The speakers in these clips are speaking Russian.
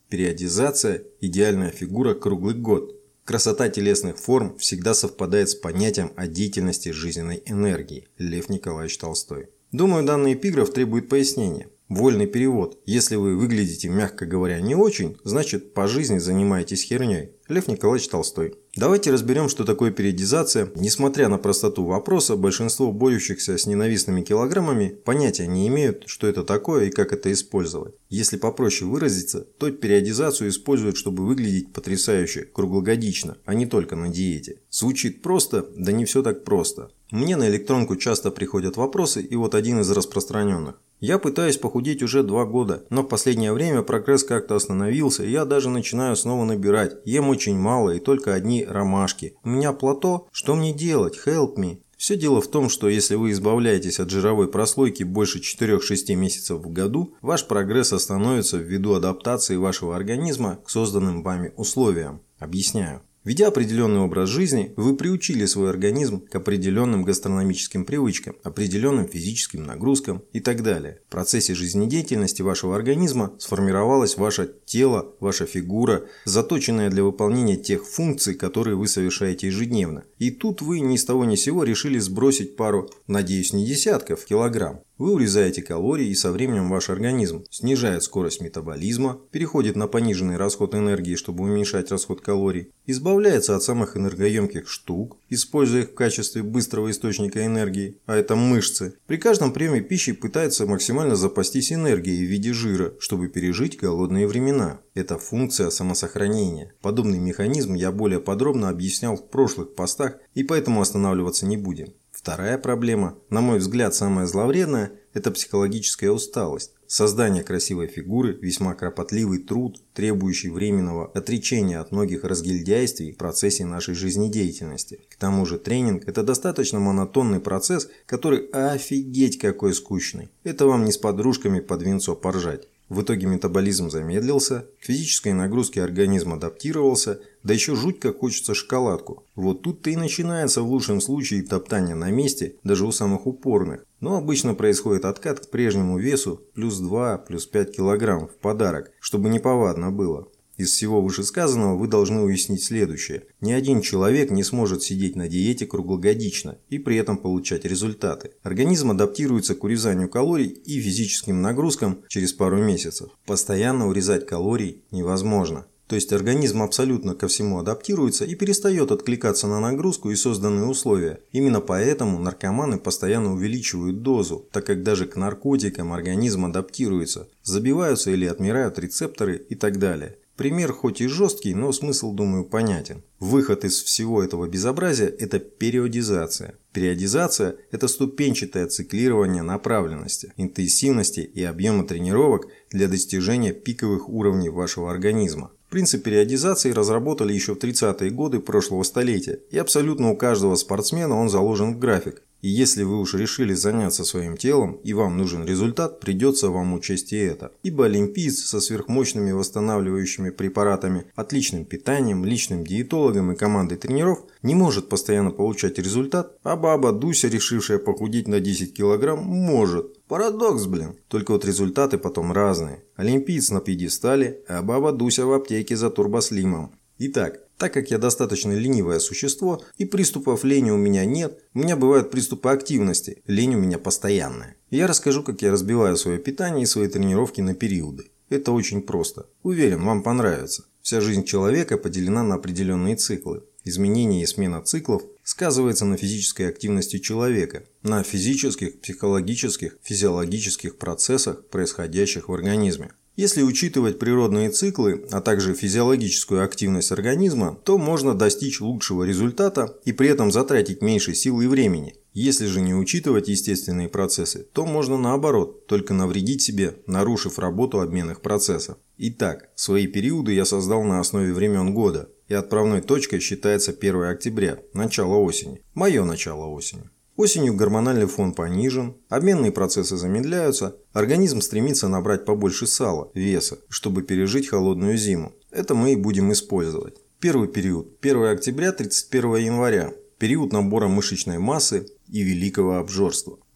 Периодизация – идеальная фигура круглый год. Красота телесных форм всегда совпадает с понятием о деятельности жизненной энергии. Лев Николаевич Толстой. Думаю, данный эпиграф требует пояснения. Вольный перевод. Если вы выглядите, мягко говоря, не очень, значит по жизни занимаетесь херней. Лев Николаевич Толстой. Давайте разберем, что такое периодизация. Несмотря на простоту вопроса, большинство борющихся с ненавистными килограммами понятия не имеют, что это такое и как это использовать. Если попроще выразиться, то периодизацию используют, чтобы выглядеть потрясающе, круглогодично, а не только на диете. Звучит просто, да не все так просто. Мне на электронку часто приходят вопросы, и вот один из распространенных. Я пытаюсь похудеть уже 2 года, но в последнее время прогресс как-то остановился, и я даже начинаю снова набирать. Ем очень мало и только одни ромашки. У меня плато, что мне делать? Help me. Все дело в том, что если вы избавляетесь от жировой прослойки больше 4-6 месяцев в году, ваш прогресс остановится ввиду адаптации вашего организма к созданным вами условиям. Объясняю. Ведя определенный образ жизни, вы приучили свой организм к определенным гастрономическим привычкам, определенным физическим нагрузкам и так далее. В процессе жизнедеятельности вашего организма сформировалось ваше тело, ваша фигура, заточенная для выполнения тех функций, которые вы совершаете ежедневно. И тут вы ни с того ни с сего решили сбросить пару, надеюсь, не десятков, килограмм. Вы урезаете калории, и со временем ваш организм снижает скорость метаболизма, переходит на пониженный расход энергии, чтобы уменьшать расход калорий, избавляется от самых энергоемких штук, используя их в качестве быстрого источника энергии, а это мышцы. При каждом приеме пищи пытается максимально запастись энергией в виде жира, чтобы пережить голодные времена. Это функция самосохранения. Подобный механизм я более подробно объяснял в прошлых постах, и поэтому останавливаться не будем. Вторая проблема, на мой взгляд, самая зловредная – это психологическая усталость. Создание красивой фигуры – весьма кропотливый труд, требующий временного отречения от многих разгильдяйствий в процессе нашей жизнедеятельности. К тому же тренинг – это достаточно монотонный процесс, который офигеть какой скучный. Это вам не с подружками под винцо поржать. В итоге метаболизм замедлился, к физической нагрузке организм адаптировался, да еще жуть как хочется шоколадку. Вот тут-то и начинается в лучшем случае топтание на месте, даже у самых упорных. Но обычно происходит откат к прежнему весу плюс 2, плюс 5 килограмм в подарок, чтобы неповадно было. Из всего вышесказанного вы должны уяснить следующее. Ни один человек не сможет сидеть на диете круглогодично и при этом получать результаты. Организм адаптируется к урезанию калорий и физическим нагрузкам через пару месяцев. Постоянно урезать калорий невозможно. То есть организм абсолютно ко всему адаптируется и перестает откликаться на нагрузку и созданные условия. Именно поэтому наркоманы постоянно увеличивают дозу, так как даже к наркотикам организм адаптируется. Забиваются или отмирают рецепторы и так далее. Пример хоть и жесткий, но смысл, думаю, понятен. Выход из всего этого безобразия – это периодизация. Периодизация – это ступенчатое циклирование направленности, интенсивности и объема тренировок для достижения пиковых уровней вашего организма. Принцип периодизации разработали еще в 30-е годы прошлого столетия, и абсолютно у каждого спортсмена он заложен в график. И если вы уж решили заняться своим телом и вам нужен результат, придется вам учесть и это. Ибо олимпиец со сверхмощными восстанавливающими препаратами, отличным питанием, личным диетологом и командой тренеров не может постоянно получать результат, а баба Дуся, решившая похудеть на 10 килограмм, может. Парадокс, блин. Только вот результаты потом разные. Олимпиец на пьедестале, а баба Дуся в аптеке за турбослимом. Итак, так как я достаточно ленивое существо и приступов лени у меня нет, у меня бывают приступы активности, лень у меня постоянная. Я расскажу, как я разбиваю свое питание и свои тренировки на периоды. Это очень просто. Уверен, вам понравится. Вся жизнь человека поделена на определенные циклы. Изменение и смена циклов сказывается на физической активности человека, на физических, психологических, физиологических процессах, происходящих в организме. Если учитывать природные циклы, а также физиологическую активность организма, то можно достичь лучшего результата и при этом затратить меньше сил и времени. Если же не учитывать естественные процессы, то можно наоборот, только навредить себе, нарушив работу обменных процессов. Итак, свои периоды я создал на основе времен года, и отправной точкой считается 1 октября, начало осени. Мое начало осени. Осенью гормональный фон понижен, обменные процессы замедляются, организм стремится набрать побольше сала, веса, чтобы пережить холодную зиму. Это мы и будем использовать. Первый период – 1 октября – 31 января. Период набора мышечной массы и великого обжорства.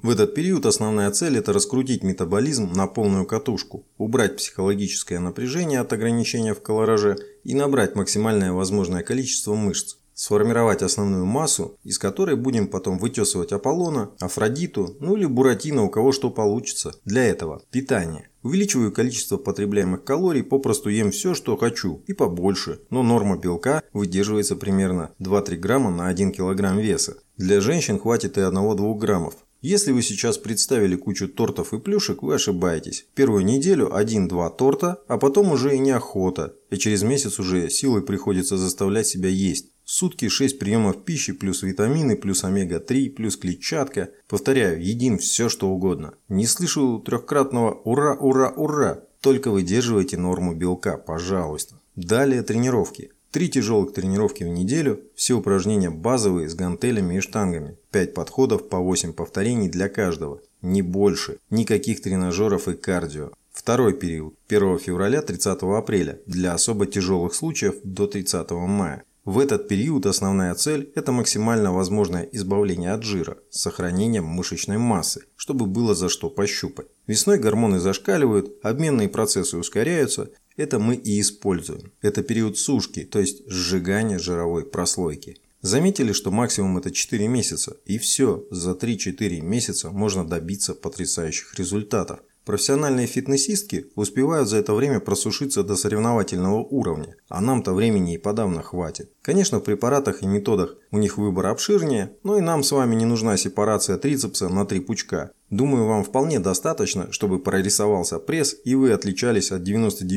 В этот период основная цель – это раскрутить метаболизм на полную катушку, убрать психологическое напряжение от ограничения в калораже и набрать максимальное возможное количество мышц. Сформировать основную массу, из которой будем потом вытесывать Аполлона, Афродиту, ну или Буратино, у кого что получится. Для этого питание. Увеличиваю количество потребляемых калорий, попросту ем все, что хочу, и побольше, но норма белка выдерживается примерно 2-3 грамма на 1 килограмм веса. Для женщин хватит и 1-2 граммов. Если вы сейчас представили кучу тортов и плюшек, вы ошибаетесь. Первую неделю 1-2 торта, а потом уже и неохота, и через месяц уже силой приходится заставлять себя есть. В сутки 6 приемов пищи плюс витамины, плюс омега-3, плюс клетчатка. Повторяю, едим все, что угодно. Не слышу трехкратного «ура, ура, ура». Только выдерживайте норму белка, пожалуйста. Далее тренировки. 3 тяжелых тренировки в неделю, все упражнения базовые с гантелями и штангами. 5 подходов по 8 повторений для каждого. Не больше. Никаких тренажеров и кардио. Второй период. 1 февраля 30 апреля. Для особо тяжелых случаев до 30 мая. В этот период основная цель – это максимально возможное избавление от жира с сохранением мышечной массы, чтобы было за что пощупать. Весной гормоны зашкаливают, обменные процессы ускоряются. Это мы и используем. Это период сушки, то есть сжигания жировой прослойки. Заметили, что максимум это 4 месяца, и все, за 3-4 месяца можно добиться потрясающих результатов. Профессиональные фитнесистки успевают за это время просушиться до соревновательного уровня, а нам-то времени и подавно хватит. Конечно, в препаратах и методах у них выбор обширнее, но и нам с вами не нужна сепарация трицепса на 3 пучка. Думаю, вам вполне достаточно, чтобы прорисовался пресс и вы отличались от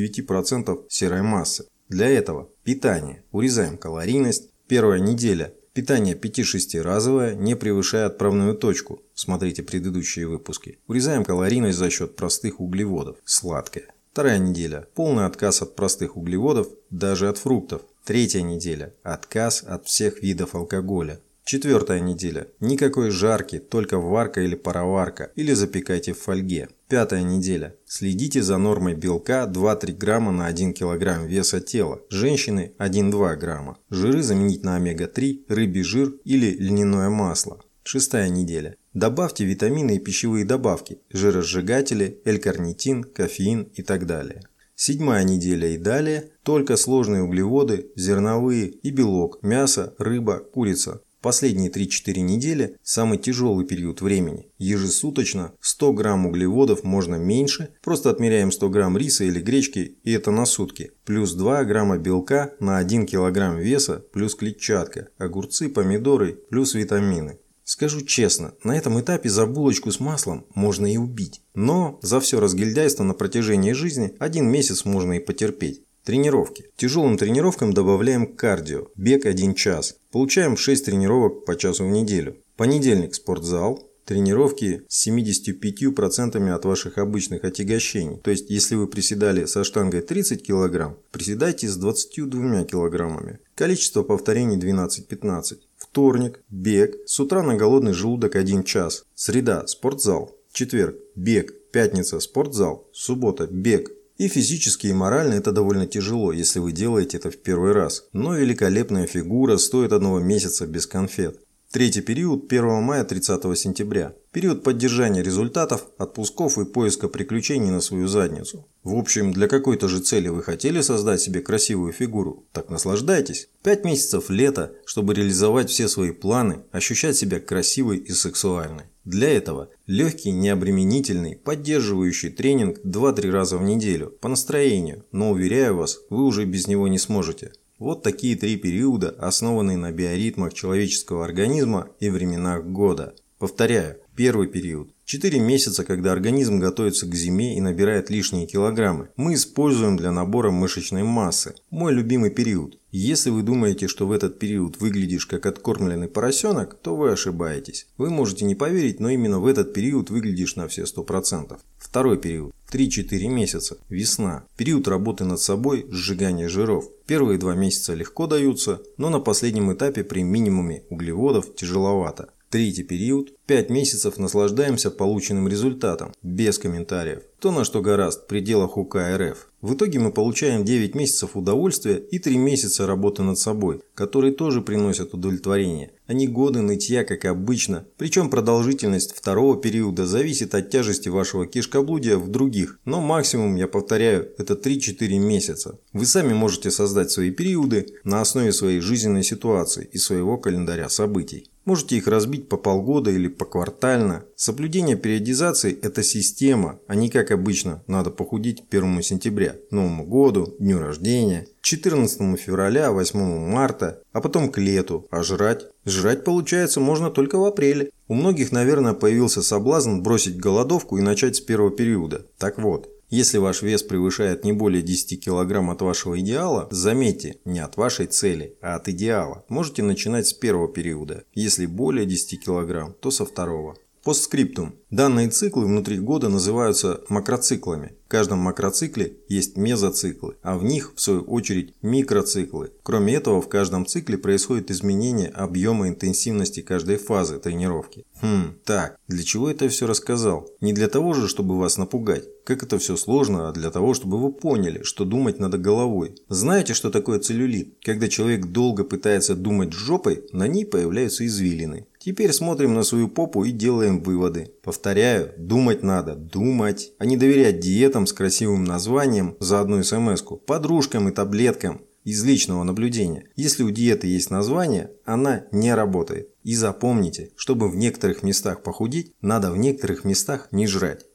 99% серой массы. Для этого питание. Урезаем калорийность. Первая неделя. Питание 5-6 разовое, не превышая отправную точку. Смотрите предыдущие выпуски. Урезаем калорийность за счет простых углеводов. Сладкое. Вторая неделя. Полный отказ от простых углеводов, даже от фруктов. Третья неделя. Отказ от всех видов алкоголя. Четвертая неделя. Никакой жарки, только варка или пароварка, или запекайте в фольге. Пятая неделя. Следите за нормой белка 2-3 грамма на 1 килограмм веса тела. Женщины 1-2 грамма. Жиры заменить на омега-3, рыбий жир или льняное масло. Шестая неделя. Добавьте витамины и пищевые добавки, жиросжигатели, L-карнитин, кофеин и так далее. Седьмая неделя и далее. Только сложные углеводы, зерновые и белок, мясо, рыба, курица. Последние 3-4 недели – самый тяжелый период времени. Ежесуточно 100 грамм углеводов можно меньше, просто отмеряем 100 грамм риса или гречки, и это на сутки. Плюс 2 грамма белка на 1 килограмм веса, плюс клетчатка, огурцы, помидоры, плюс витамины. Скажу честно, на этом этапе за булочку с маслом можно и убить. Но за все разгильдяйство на протяжении жизни 1 месяц можно и потерпеть. Тренировки. Тяжелым тренировкам добавляем кардио, бег 1 час. Получаем 6 тренировок по часу в неделю. Понедельник – спортзал. Тренировки с 75% от ваших обычных отягощений. То есть, если вы приседали со штангой 30 кг, приседайте с 22 килограммами. Количество повторений 12-15. Вторник – бег. С утра на голодный желудок 1 час. Среда – спортзал. Четверг – бег. Пятница – спортзал. Суббота – бег. И физически, и морально это довольно тяжело, если вы делаете это в первый раз. Но великолепная фигура стоит 1 месяца без конфет. Третий период 1 мая 30 сентября. Период поддержания результатов, отпусков и поиска приключений на свою задницу. В общем, для какой-то же цели вы хотели создать себе красивую фигуру? Так наслаждайтесь. 5 месяцев лета, чтобы реализовать все свои планы, ощущать себя красивой и сексуальной. Для этого легкий, необременительный, поддерживающий тренинг 2-3 раза в неделю, по настроению, но уверяю вас, вы уже без него не сможете. Вот такие 3 периода, основанные на биоритмах человеческого организма и временах года. Повторяю, первый период. 4 месяца, когда организм готовится к зиме и набирает лишние килограммы, мы используем для набора мышечной массы. Мой любимый период. Если вы думаете, что в этот период выглядишь как откормленный поросенок, то вы ошибаетесь. Вы можете не поверить, но именно в этот период выглядишь на все 100%. Второй период. 3-4 месяца. Весна. Период работы над собой, сжигания жиров. Первые 2 месяца легко даются, но на последнем этапе при минимуме углеводов тяжеловато. Третий период. 5 месяцев наслаждаемся полученным результатом, без комментариев. То, на что гораст в пределах УК РФ. В итоге мы получаем 9 месяцев удовольствия и 3 месяца работы над собой, которые тоже приносят удовлетворение, а не годы нытья, как обычно. Причем продолжительность второго периода зависит от тяжести вашего кишкоблудия в других, но максимум, я повторяю, это 3-4 месяца. Вы сами можете создать свои периоды на основе своей жизненной ситуации и своего календаря событий. Можете их разбить по полгода или поквартально. Соблюдение периодизации – это система, а не как обычно надо похудеть к 1 сентября, Новому году, дню рождения, 14 февраля, 8 марта, а потом к лету. А жрать? Жрать, получается, можно только в апреле. У многих, наверное, появился соблазн бросить голодовку и начать с первого периода. Так вот. Если ваш вес превышает не более 10 кг от вашего идеала, заметьте, не от вашей цели, а от идеала. Можете начинать с первого периода. Если более 10 кг, то со второго. Постскриптум. Данные циклы внутри года называются макроциклами. В каждом макроцикле есть мезоциклы, а в них, в свою очередь, микроциклы. Кроме этого, в каждом цикле происходит изменение объема интенсивности каждой фазы тренировки. Так, для чего это я все рассказал? Не для того же, чтобы вас напугать. Как это все сложно, а для того, чтобы вы поняли, что думать надо головой. Знаете, что такое целлюлит? Когда человек долго пытается думать жопой, на ней появляются извилины. Теперь смотрим на свою попу и делаем выводы. Повторяю, думать надо, думать, а не доверять диетам с красивым названием за одну смс-ку, подружкам и таблеткам из личного наблюдения. Если у диеты есть название, она не работает. И запомните, чтобы в некоторых местах похудеть, надо в некоторых местах не жрать.